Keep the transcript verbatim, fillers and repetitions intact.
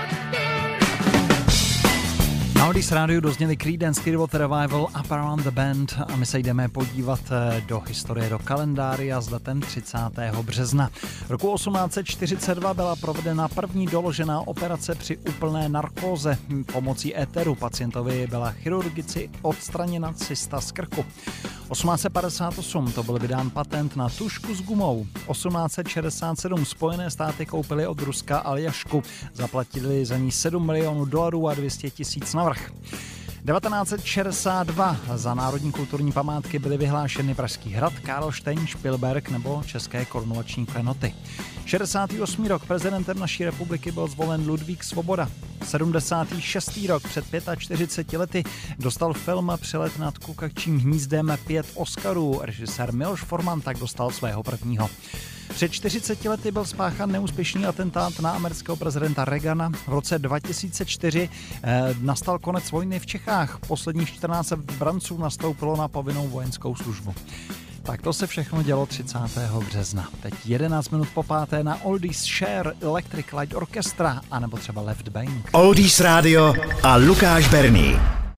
Na Oldies rádiu dozněli Creedence Clearwater Revival Up Around the Bend a my se jdeme podívat do historie, do kalendária s datem třicátého března. Roku osmnáct set čtyřicet dva byla provedena první doložená operace při úplné narkóze. Pomocí éteru pacientovi byla chirurgicky odstraněna cysta z krku. osmnáct set padesát osm to byl vydán patent na tužku s gumou. osmnáct set šedesát sedm Spojené státy koupily od Ruska Aljašku. Zaplatili za ní sedm milionů dolarů a dvě stě tisíc navrch. devatenáct set šedesát dva za národní kulturní památky byly vyhlášeny Pražský hrad, Karlštejn, Špilberk nebo české korunovační klenoty. šedesátý osmý rok prezidentem naší republiky byl zvolen Ludvík Svoboda. sedmdesátý šestý rok před čtyřiceti pěti lety dostal film Přelet nad kukačím hnízdem pět Oscarů. Režisér Miloš Forman tak dostal svého prvního. Před čtyřiceti lety byl spáchán neúspěšný atentát na amerického prezidenta Reagana. V roce dva tisíce čtyři eh, nastal konec vojny v Čechách. Posledních čtrnáct branců nastoupilo na povinnou vojenskou službu. Tak to se všechno dělo třicátého března. Teď jedenáct minut po páté na Oldies Share, Electric Light Orchestra, anebo třeba Left Bank. Oldies Radio a Lukáš Berný.